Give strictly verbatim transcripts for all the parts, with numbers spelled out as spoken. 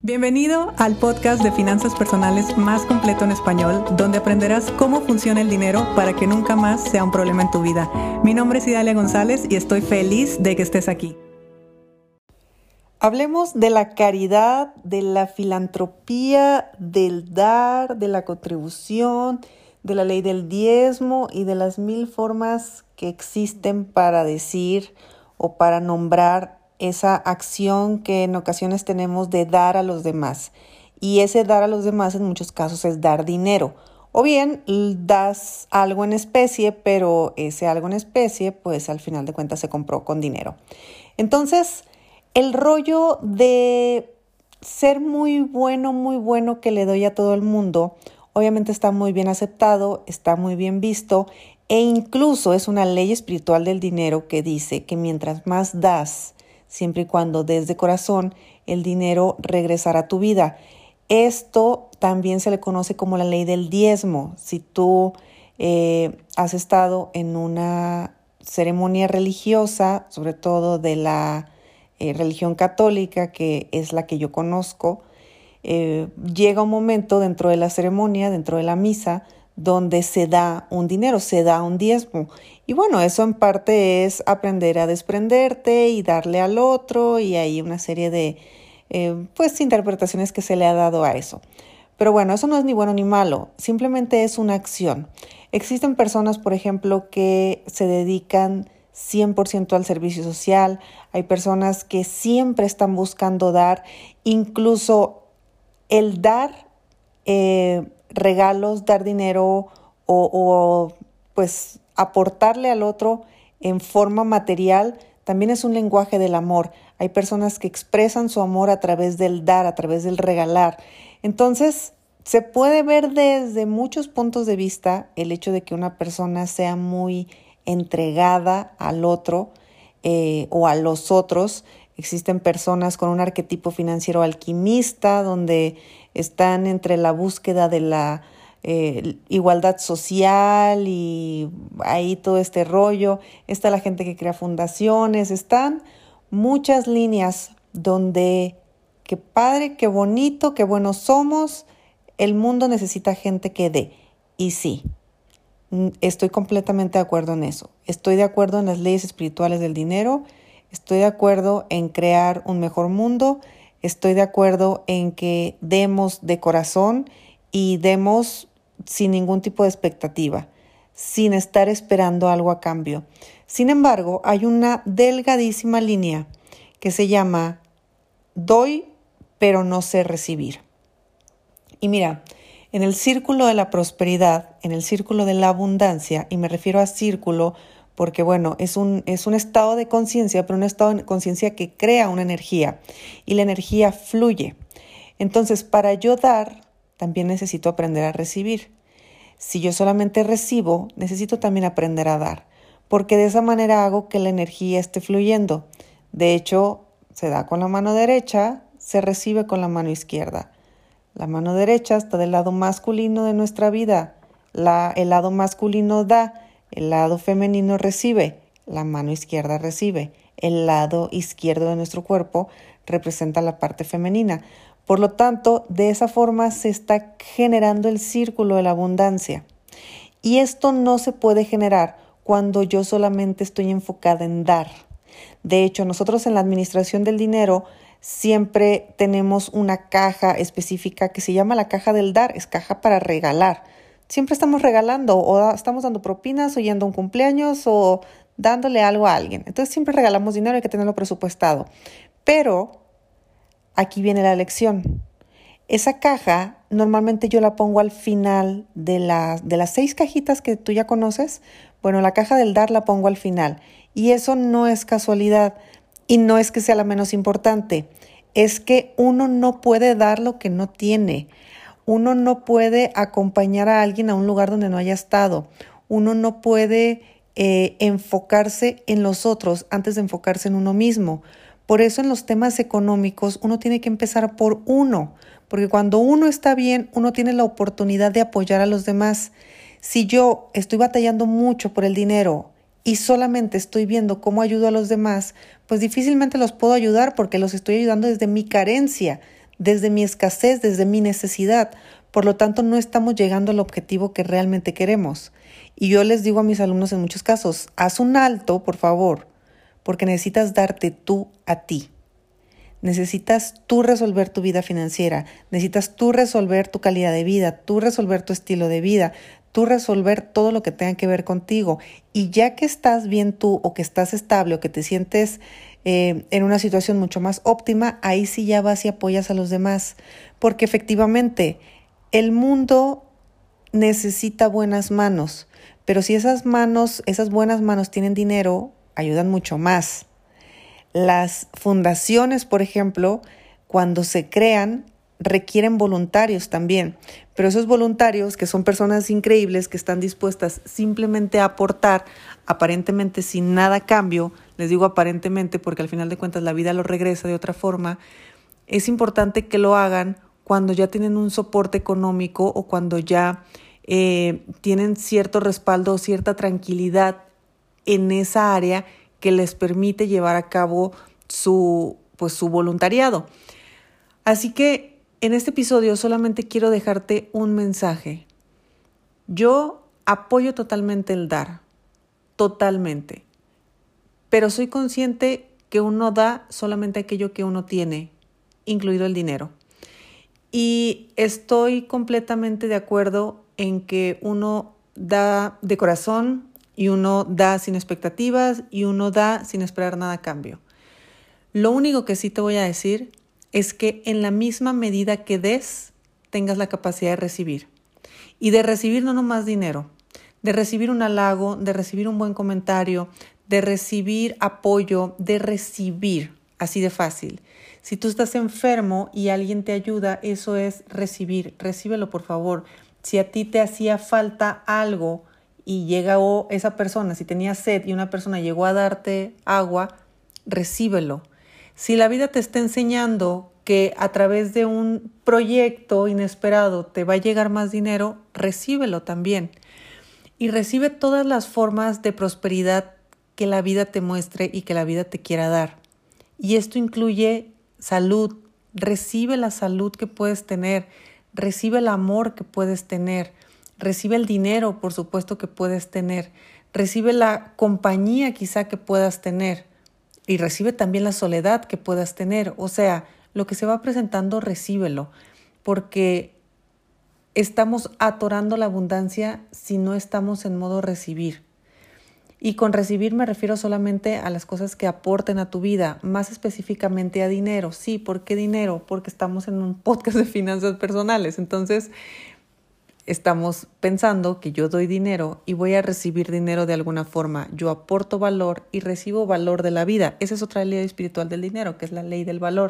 Bienvenido al podcast de finanzas personales más completo en español, donde aprenderás cómo funciona el dinero para que nunca más sea un problema en tu vida. Mi nombre es Idalia González y estoy feliz de que estés aquí. Hablemos de la caridad, de la filantropía, del dar, de la contribución, de la ley del diezmo y de las mil formas que existen para decir o para nombrar esa acción que en ocasiones tenemos de dar a los demás. Y ese dar a los demás en muchos casos es dar dinero. O bien das algo en especie, pero ese algo en especie, pues al final de cuentas se compró con dinero. Entonces, el rollo de ser muy bueno, muy bueno que le doy a todo el mundo, obviamente está muy bien aceptado, está muy bien visto e incluso es una ley espiritual del dinero que dice que mientras más das, siempre y cuando des de corazón, el dinero regresará a tu vida. Esto también se le conoce como la ley del diezmo. Si tú eh, has estado en una ceremonia religiosa, sobre todo de la eh, religión católica, que es la que yo conozco, eh, llega un momento dentro de la ceremonia, dentro de la misa, donde se da un dinero, se da un diezmo. Y bueno, eso en parte es aprender a desprenderte y darle al otro, y hay una serie de eh, pues interpretaciones que se le ha dado a eso. Pero bueno, eso no es ni bueno ni malo, simplemente es una acción. Existen personas, por ejemplo, que se dedican cien por ciento al servicio social, hay personas que siempre están buscando dar, incluso el dar eh, regalos, dar dinero o, o pues aportarle al otro en forma material también es un lenguaje del amor. Hay personas que expresan su amor a través del dar, a través del regalar. Entonces, se puede ver desde muchos puntos de vista el hecho de que una persona sea muy entregada al otro eh, o a los otros. Existen personas con un arquetipo financiero alquimista, donde están entre la búsqueda de la eh, igualdad social y ahí todo este rollo. Está la gente que crea fundaciones, están muchas líneas donde qué padre, qué bonito, qué buenos somos. El mundo necesita gente que dé. Y sí, estoy completamente de acuerdo en eso. Estoy de acuerdo en las leyes espirituales del dinero. Estoy de acuerdo en crear un mejor mundo. Estoy de acuerdo en que demos de corazón y demos sin ningún tipo de expectativa, sin estar esperando algo a cambio. Sin embargo, hay una delgadísima línea que se llama doy, pero no sé recibir. Y mira, en el círculo de la prosperidad, en el círculo de la abundancia, y me refiero a círculo porque bueno, es un, es un estado de conciencia, pero un estado de conciencia que crea una energía y la energía fluye. Entonces, para yo dar, también necesito aprender a recibir. Si yo solamente recibo, necesito también aprender a dar, porque de esa manera hago que la energía esté fluyendo. De hecho, se da con la mano derecha, se recibe con la mano izquierda. La mano derecha está del lado masculino de nuestra vida. La, el lado masculino da. El lado femenino recibe, la mano izquierda recibe. El lado izquierdo de nuestro cuerpo representa la parte femenina. Por lo tanto, de esa forma se está generando el círculo de la abundancia. Y esto no se puede generar cuando yo solamente estoy enfocada en dar. De hecho, nosotros en la administración del dinero siempre tenemos una caja específica que se llama la caja del dar, es caja para regalar. Siempre estamos regalando o estamos dando propinas o yendo a un cumpleaños o dándole algo a alguien. Entonces siempre regalamos dinero, hay que tenerlo presupuestado. Pero aquí viene la lección. Esa caja normalmente yo la pongo al final de, la, de las seis cajitas que tú ya conoces. Bueno, la caja del dar la pongo al final. Y eso no es casualidad y no es que sea la menos importante. Es que uno no puede dar lo que no tiene. Uno no puede acompañar a alguien a un lugar donde no haya estado. Uno no puede eh, enfocarse en los otros antes de enfocarse en uno mismo. Por eso en los temas económicos uno tiene que empezar por uno, porque cuando uno está bien, uno tiene la oportunidad de apoyar a los demás. Si yo estoy batallando mucho por el dinero y solamente estoy viendo cómo ayudo a los demás, pues difícilmente los puedo ayudar porque los estoy ayudando desde mi carencia, desde mi escasez, desde mi necesidad. Por lo tanto, no estamos llegando al objetivo que realmente queremos. Y yo les digo a mis alumnos en muchos casos, haz un alto, por favor, porque necesitas darte tú a ti. Necesitas tú resolver tu vida financiera, necesitas tú resolver tu calidad de vida, tú resolver tu estilo de vida, tú resolver todo lo que tenga que ver contigo. Y ya que estás bien tú o que estás estable o que te sientes eh, en una situación mucho más óptima, ahí sí ya vas y apoyas a los demás. Porque efectivamente el mundo necesita buenas manos, pero si esas manos, esas buenas manos tienen dinero, ayudan mucho más. Las fundaciones, por ejemplo, cuando se crean, requieren voluntarios también, pero esos voluntarios, que son personas increíbles, que están dispuestas simplemente a aportar, aparentemente sin nada a cambio, les digo aparentemente porque al final de cuentas la vida lo regresa de otra forma, es importante que lo hagan cuando ya tienen un soporte económico o cuando ya eh, tienen cierto respaldo o cierta tranquilidad en esa área que les permite llevar a cabo su, pues, su voluntariado. Así que en este episodio solamente quiero dejarte un mensaje. Yo apoyo totalmente el dar, totalmente, pero soy consciente que uno da solamente aquello que uno tiene, incluido el dinero. Y estoy completamente de acuerdo en que uno da de corazón y uno da sin expectativas y uno da sin esperar nada a cambio. Lo único que sí te voy a decir es que en la misma medida que des, tengas la capacidad de recibir. Y de recibir no nomás dinero, de recibir un halago, de recibir un buen comentario, de recibir apoyo, de recibir, así de fácil. Si tú estás enfermo y alguien te ayuda, eso es recibir. Recíbelo, por favor. Si a ti te hacía falta algo y llegó esa persona, si tenías sed y una persona llegó a darte agua, recíbelo. Si la vida te está enseñando que a través de un proyecto inesperado te va a llegar más dinero, recíbelo también. Y recibe todas las formas de prosperidad que la vida te muestre y que la vida te quiera dar. Y esto incluye salud. Recibe la salud que puedes tener. Recibe el amor que puedes tener. Recibe el dinero, por supuesto, que puedes tener. Recibe la compañía quizá que puedas tener. Y recibe también la soledad que puedas tener. O sea, lo que se va presentando, recíbelo. Porque estamos atorando la abundancia si no estamos en modo recibir. Y con recibir me refiero solamente a las cosas que aporten a tu vida, más específicamente a dinero. Sí, ¿por qué dinero? Porque estamos en un podcast de finanzas personales. Entonces, estamos pensando que yo doy dinero y voy a recibir dinero de alguna forma. Yo aporto valor y recibo valor de la vida. Esa es otra ley espiritual del dinero, que es la ley del valor.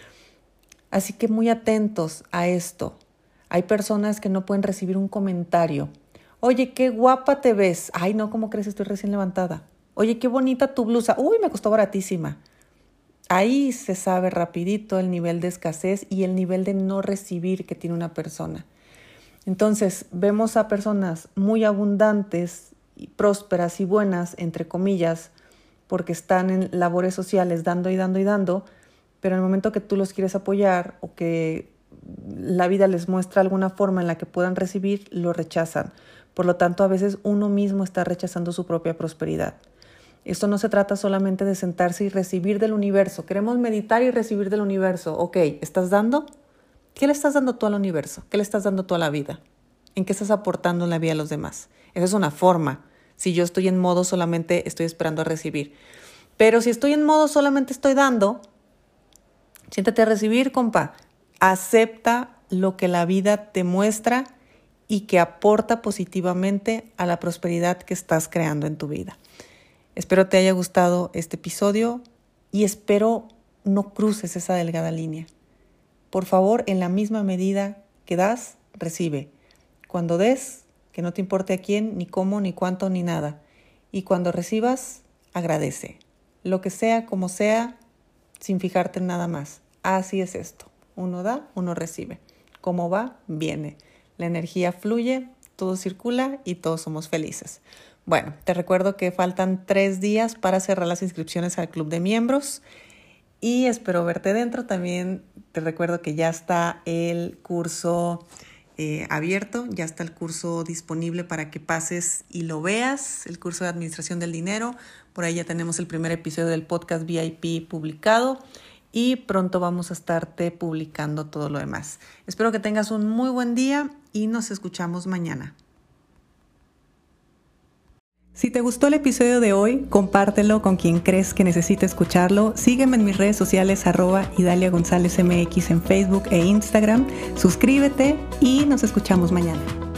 Así que muy atentos a esto. Hay personas que no pueden recibir un comentario. Oye, qué guapa te ves. Ay, no, ¿cómo crees? Estoy recién levantada. Oye, qué bonita tu blusa. Uy, me costó baratísima. Ahí se sabe rapidito el nivel de escasez y el nivel de no recibir que tiene una persona. Entonces, vemos a personas muy abundantes, y prósperas y buenas, entre comillas, porque están en labores sociales dando y dando y dando, pero en el momento que tú los quieres apoyar o que la vida les muestra alguna forma en la que puedan recibir, lo rechazan. Por lo tanto, a veces uno mismo está rechazando su propia prosperidad. Esto no se trata solamente de sentarse y recibir del universo. Queremos meditar y recibir del universo. Ok, ¿estás dando? ¿Qué le estás dando tú al universo? ¿Qué le estás dando tú a la vida? ¿En qué estás aportando en la vida a los demás? Esa es una forma. Si yo estoy en modo solamente estoy esperando a recibir. Pero si estoy en modo solamente estoy dando, siéntate a recibir, compa. Acepta lo que la vida te muestra y que aporta positivamente a la prosperidad que estás creando en tu vida. Espero te haya gustado este episodio y espero no cruces esa delgada línea. Por favor, en la misma medida que das, recibe. Cuando des, que no te importe a quién, ni cómo, ni cuánto, ni nada. Y cuando recibas, agradece. Lo que sea, como sea, sin fijarte en nada más. Así es esto. Uno da, uno recibe. Como va, viene. La energía fluye, todo circula y todos somos felices. Bueno, te recuerdo que faltan tres días para cerrar las inscripciones al club de miembros. y espero verte dentro. También te recuerdo que ya está el curso eh, abierto, ya está el curso disponible para que pases y lo veas, el curso de administración del dinero. Por ahí ya tenemos el primer episodio del podcast V I P publicado y pronto vamos a estarte publicando todo lo demás. Espero que tengas un muy buen día y nos escuchamos mañana. Si te gustó el episodio de hoy, compártelo con quien crees que necesite escucharlo. Sígueme en mis redes sociales arroba Idalia González M X en Facebook e Instagram. Suscríbete y nos escuchamos mañana.